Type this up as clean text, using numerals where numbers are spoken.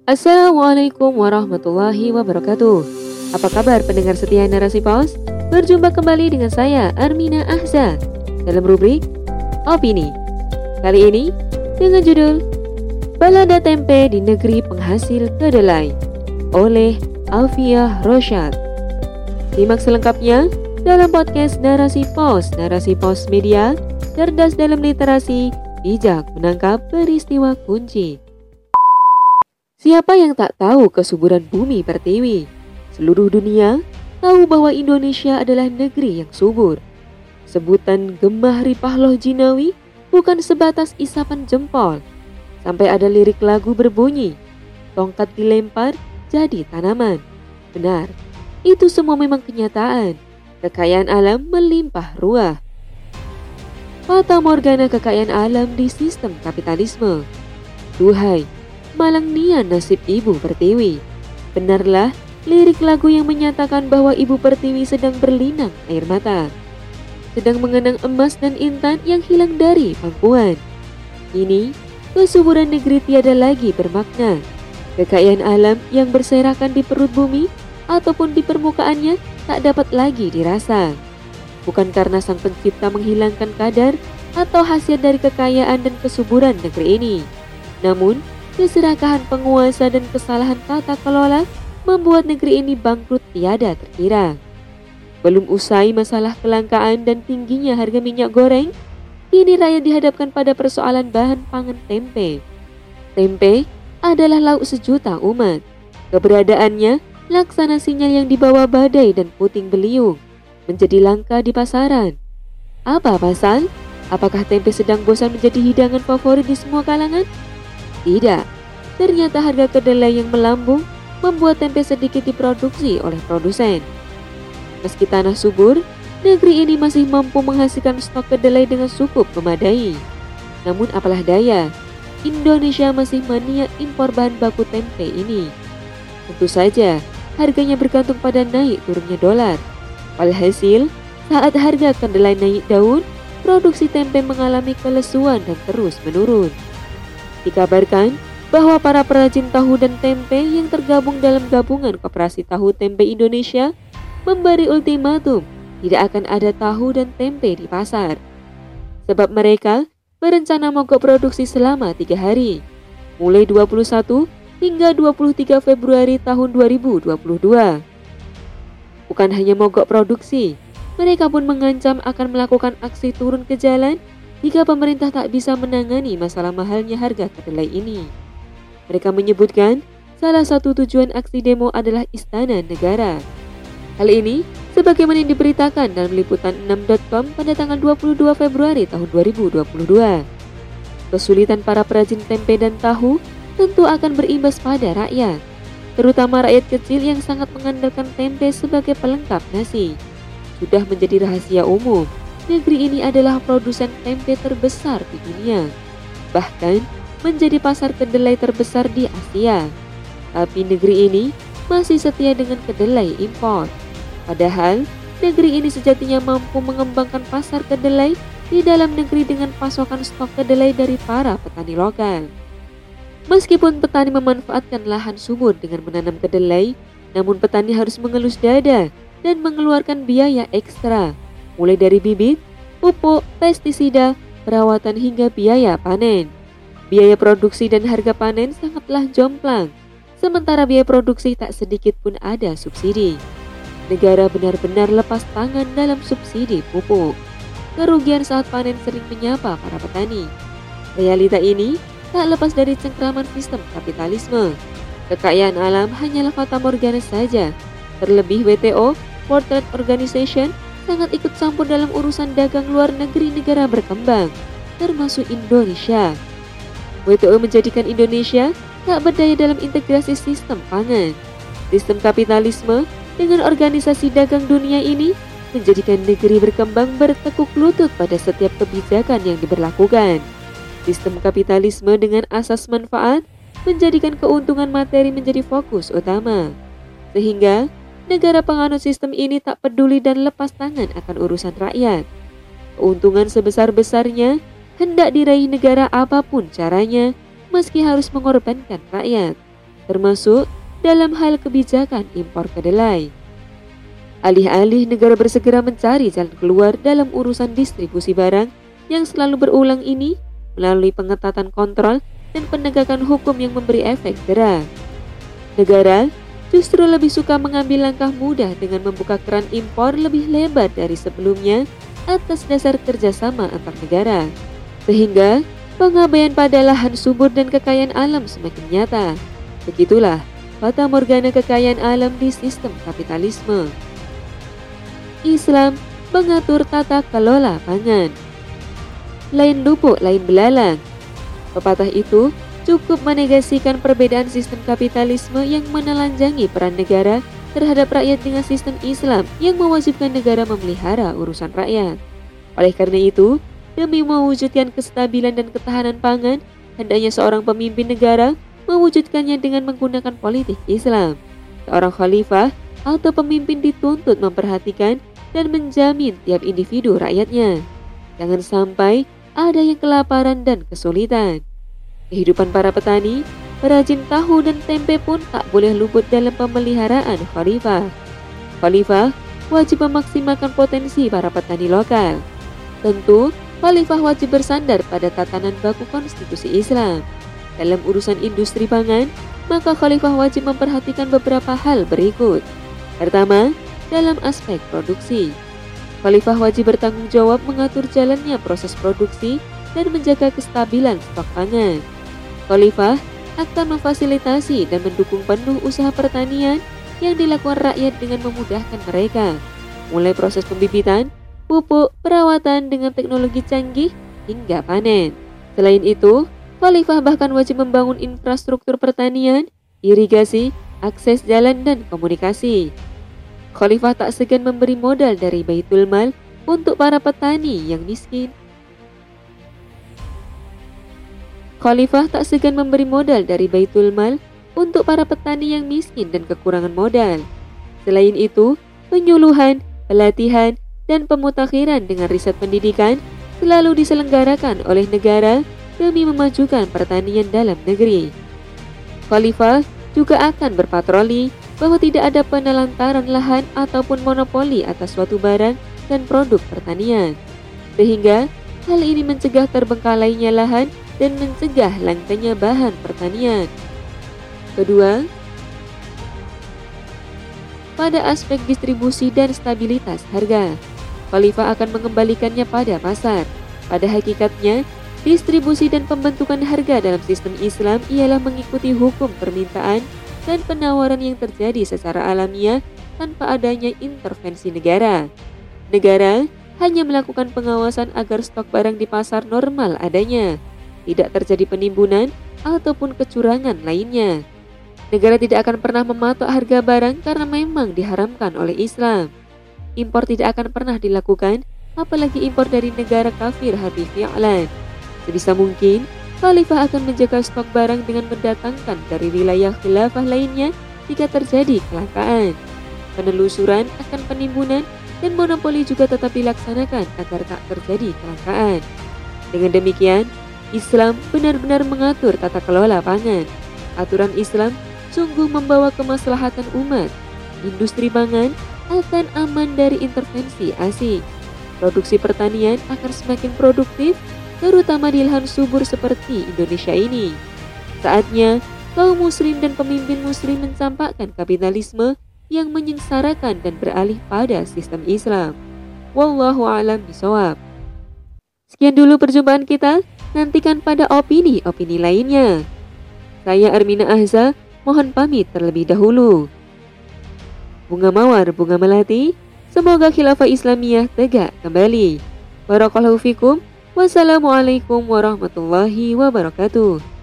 Assalamualaikum warahmatullahi wabarakatuh. Apa kabar pendengar setia Narasi Pos? Berjumpa kembali dengan saya Armina Ahza dalam rubrik Opini. Kali ini dengan judul Balada Tempe di Negeri Penghasil Kedelai oleh Alfiah Rosyad. Simak selengkapnya dalam podcast Narasi Pos Media, cerdas dalam literasi, bijak menangkap peristiwa kunci. Siapa yang tak tahu kesuburan bumi pertiwi? Seluruh dunia tahu bahwa Indonesia adalah negeri yang subur. Sebutan Gemah Ripah Loh Jinawi bukan sebatas isapan jempol. Sampai ada lirik lagu berbunyi, tongkat dilempar jadi tanaman. Benar, itu semua memang kenyataan. Kekayaan alam melimpah ruah. Fata morgana kekayaan alam di sistem kapitalisme. Duhai, malang nian nasib Ibu Pertiwi. Benarlah lirik lagu yang menyatakan bahwa Ibu Pertiwi sedang berlinang air mata, sedang mengenang emas dan intan yang hilang dari pangkuan. Kini, kesuburan negeri tiada lagi bermakna. Kekayaan alam yang berserakan di perut bumi ataupun di permukaannya tak dapat lagi dirasa. Bukan karena sang pencipta menghilangkan kadar atau khasiat dari kekayaan dan kesuburan negeri ini, namun keserakahan penguasa dan kesalahan tata kelola membuat negeri ini bangkrut tiada terkira. Belum usai masalah kelangkaan dan tingginya harga minyak goreng, kini rakyat dihadapkan pada persoalan bahan pangan tempe. Tempe adalah lauk sejuta umat. Keberadaannya laksana sinyal yang dibawa badai dan puting beliung, menjadi langka di pasaran. Apa pasal? Apakah tempe sedang bosan menjadi hidangan favorit di semua kalangan? Tidak, ternyata harga kedelai yang melambung membuat tempe sedikit diproduksi oleh produsen. Meski tanah subur, negeri ini masih mampu menghasilkan stok kedelai dengan cukup memadai. Namun apalah daya, Indonesia masih mania impor bahan baku tempe ini. Tentu saja, harganya bergantung pada naik turunnya dolar. Walhasil, saat harga kedelai naik daun, produksi tempe mengalami kelesuan dan terus menurun. Dikabarkan bahwa para perajin tahu dan tempe yang tergabung dalam gabungan Koperasi Tahu Tempe Indonesia memberi ultimatum tidak akan ada tahu dan tempe di pasar. Sebab mereka berencana mogok produksi selama 3 hari, mulai 21 hingga 23 Februari tahun 2022. Bukan hanya mogok produksi, mereka pun mengancam akan melakukan aksi turun ke jalan jika pemerintah tak bisa menangani masalah mahalnya harga kedelai ini. Mereka menyebutkan salah satu tujuan aksi demo adalah Istana Negara. Hal ini sebagaimana yang diberitakan dalam liputan 6.com pada tanggal 22 Februari tahun 2022. Kesulitan para perajin tempe dan tahu tentu akan berimbas pada rakyat, terutama rakyat kecil yang sangat mengandalkan tempe sebagai pelengkap nasi. Sudah menjadi rahasia umum, negeri ini adalah produsen tempe terbesar di dunia, bahkan menjadi pasar kedelai terbesar di Asia. Tapi negeri ini masih setia dengan kedelai impor. Padahal negeri ini sejatinya mampu mengembangkan pasar kedelai di dalam negeri dengan pasokan stok kedelai dari para petani lokal. Meskipun petani memanfaatkan lahan subur dengan menanam kedelai, namun petani harus mengelus dada dan mengeluarkan biaya ekstra, mulai dari bibit, pupuk, pestisida, perawatan hingga biaya panen. Biaya produksi dan harga panen sangatlah jomplang, sementara biaya produksi tak sedikit pun ada subsidi. Negara benar-benar lepas tangan dalam subsidi pupuk. Kerugian saat panen sering menyapa para petani. Realita ini tak lepas dari cengkraman sistem kapitalisme. Kekayaan alam hanyalah fata morgana saja. Terlebih WTO, World Trade Organization, sangat ikut campur dalam urusan dagang luar negeri negara berkembang, termasuk Indonesia. WTO menjadikan Indonesia tak berdaya dalam integrasi sistem pangan. Sistem kapitalisme dengan organisasi dagang dunia ini menjadikan negeri berkembang bertekuk lutut pada setiap kebijakan yang diberlakukan. Sistem kapitalisme dengan asas manfaat menjadikan keuntungan materi menjadi fokus utama, sehingga negara penganut sistem ini tak peduli dan lepas tangan akan urusan rakyat. Keuntungan sebesar-besarnya hendak diraih negara apapun caranya, meski harus mengorbankan rakyat. termasuk dalam hal kebijakan impor kedelai. Alih-alih negara bersegera mencari jalan keluar dalam urusan distribusi barang yang selalu berulang ini melalui pengetatan kontrol dan penegakan hukum yang memberi efek jera, negara justru lebih suka mengambil langkah mudah dengan membuka keran impor lebih lebar dari sebelumnya atas dasar kerjasama antar negara, sehingga pengabaian pada lahan subur dan kekayaan alam semakin nyata. Begitulah fata morgana kekayaan alam di sistem kapitalisme. Islam mengatur tata kelola pangan. Lain lupuk, lain belalang. Pepatah itu cukup menegasikan perbedaan sistem kapitalisme yang menelanjangi peran negara terhadap rakyat dengan sistem Islam yang mewajibkan negara memelihara urusan rakyat. Oleh karena itu, demi mewujudkan kestabilan dan ketahanan pangan, hendaknya seorang pemimpin negara mewujudkannya dengan menggunakan politik Islam. Seorang khalifah atau pemimpin dituntut memperhatikan dan menjamin tiap individu rakyatnya. Jangan sampai ada yang kelaparan dan kesulitan. Kehidupan para petani, perajin tahu dan tempe pun tak boleh luput dalam pemeliharaan khalifah. Khalifah wajib memaksimalkan potensi para petani lokal. Tentu, khalifah wajib bersandar pada tatanan baku konstitusi Islam. Dalam urusan industri pangan, maka khalifah wajib memperhatikan beberapa hal berikut. Pertama, dalam aspek produksi, khalifah wajib bertanggung jawab mengatur jalannya proses produksi dan menjaga kestabilan stok pangan. Khalifah akan memfasilitasi dan mendukung penuh usaha pertanian yang dilakukan rakyat dengan memudahkan mereka, mulai proses pembibitan, pupuk, perawatan dengan teknologi canggih, hingga panen. Selain itu, khalifah bahkan wajib membangun infrastruktur pertanian, irigasi, akses jalan, dan komunikasi. Khalifah tak segan memberi modal dari Baitul Mal untuk para petani yang miskin. Khalifah tak segan memberi modal dari Baitul Mal untuk para petani yang miskin dan kekurangan modal. Selain itu, penyuluhan, pelatihan, dan pemutakhiran dengan riset pendidikan selalu diselenggarakan oleh negara demi memajukan pertanian dalam negeri. Khalifah juga akan berpatroli bahwa tidak ada penelantaran lahan ataupun monopoli atas suatu barang dan produk pertanian, sehingga hal ini mencegah terbengkalainya lahan dan mencegah langkanya bahan pertanian. Kedua, pada aspek distribusi dan stabilitas harga, khalifah akan mengembalikannya pada pasar. Pada hakikatnya, distribusi dan pembentukan harga dalam sistem Islam ialah mengikuti hukum permintaan dan penawaran yang terjadi secara alamiah tanpa adanya intervensi negara. Negara hanya melakukan pengawasan agar stok barang di pasar normal adanya, tidak terjadi penimbunan ataupun kecurangan lainnya. Negara tidak akan pernah mematok harga barang karena memang diharamkan oleh Islam. Impor tidak akan pernah dilakukan, apalagi impor dari negara kafir harbi fi'lan. Sebisa mungkin, khalifah akan menjaga stok barang dengan mendatangkan dari wilayah khilafah lainnya jika terjadi kelangkaan. Penelusuran akan penimbunan dan monopoli juga tetap dilaksanakan agar tak terjadi kelangkaan. Dengan demikian, Islam benar-benar mengatur tata kelola pangan. Aturan Islam sungguh membawa kemaslahatan umat. Industri pangan akan aman dari intervensi asing. Produksi pertanian akan semakin produktif, terutama di lahan subur seperti Indonesia ini. Saatnya kaum muslim dan pemimpin muslim mencampakkan kapitalisme yang menyengsarakan dan beralih pada sistem Islam. Wallahu a'lam bishawab. Sekian dulu perjumpaan kita, nantikan pada opini-opini lainnya. Saya Armina Ahza, mohon pamit terlebih dahulu. Bunga mawar, bunga melati, semoga khilafah Islamiyah tegak kembali. Barakallahu fikum. Wassalamualaikum warahmatullahi wabarakatuh.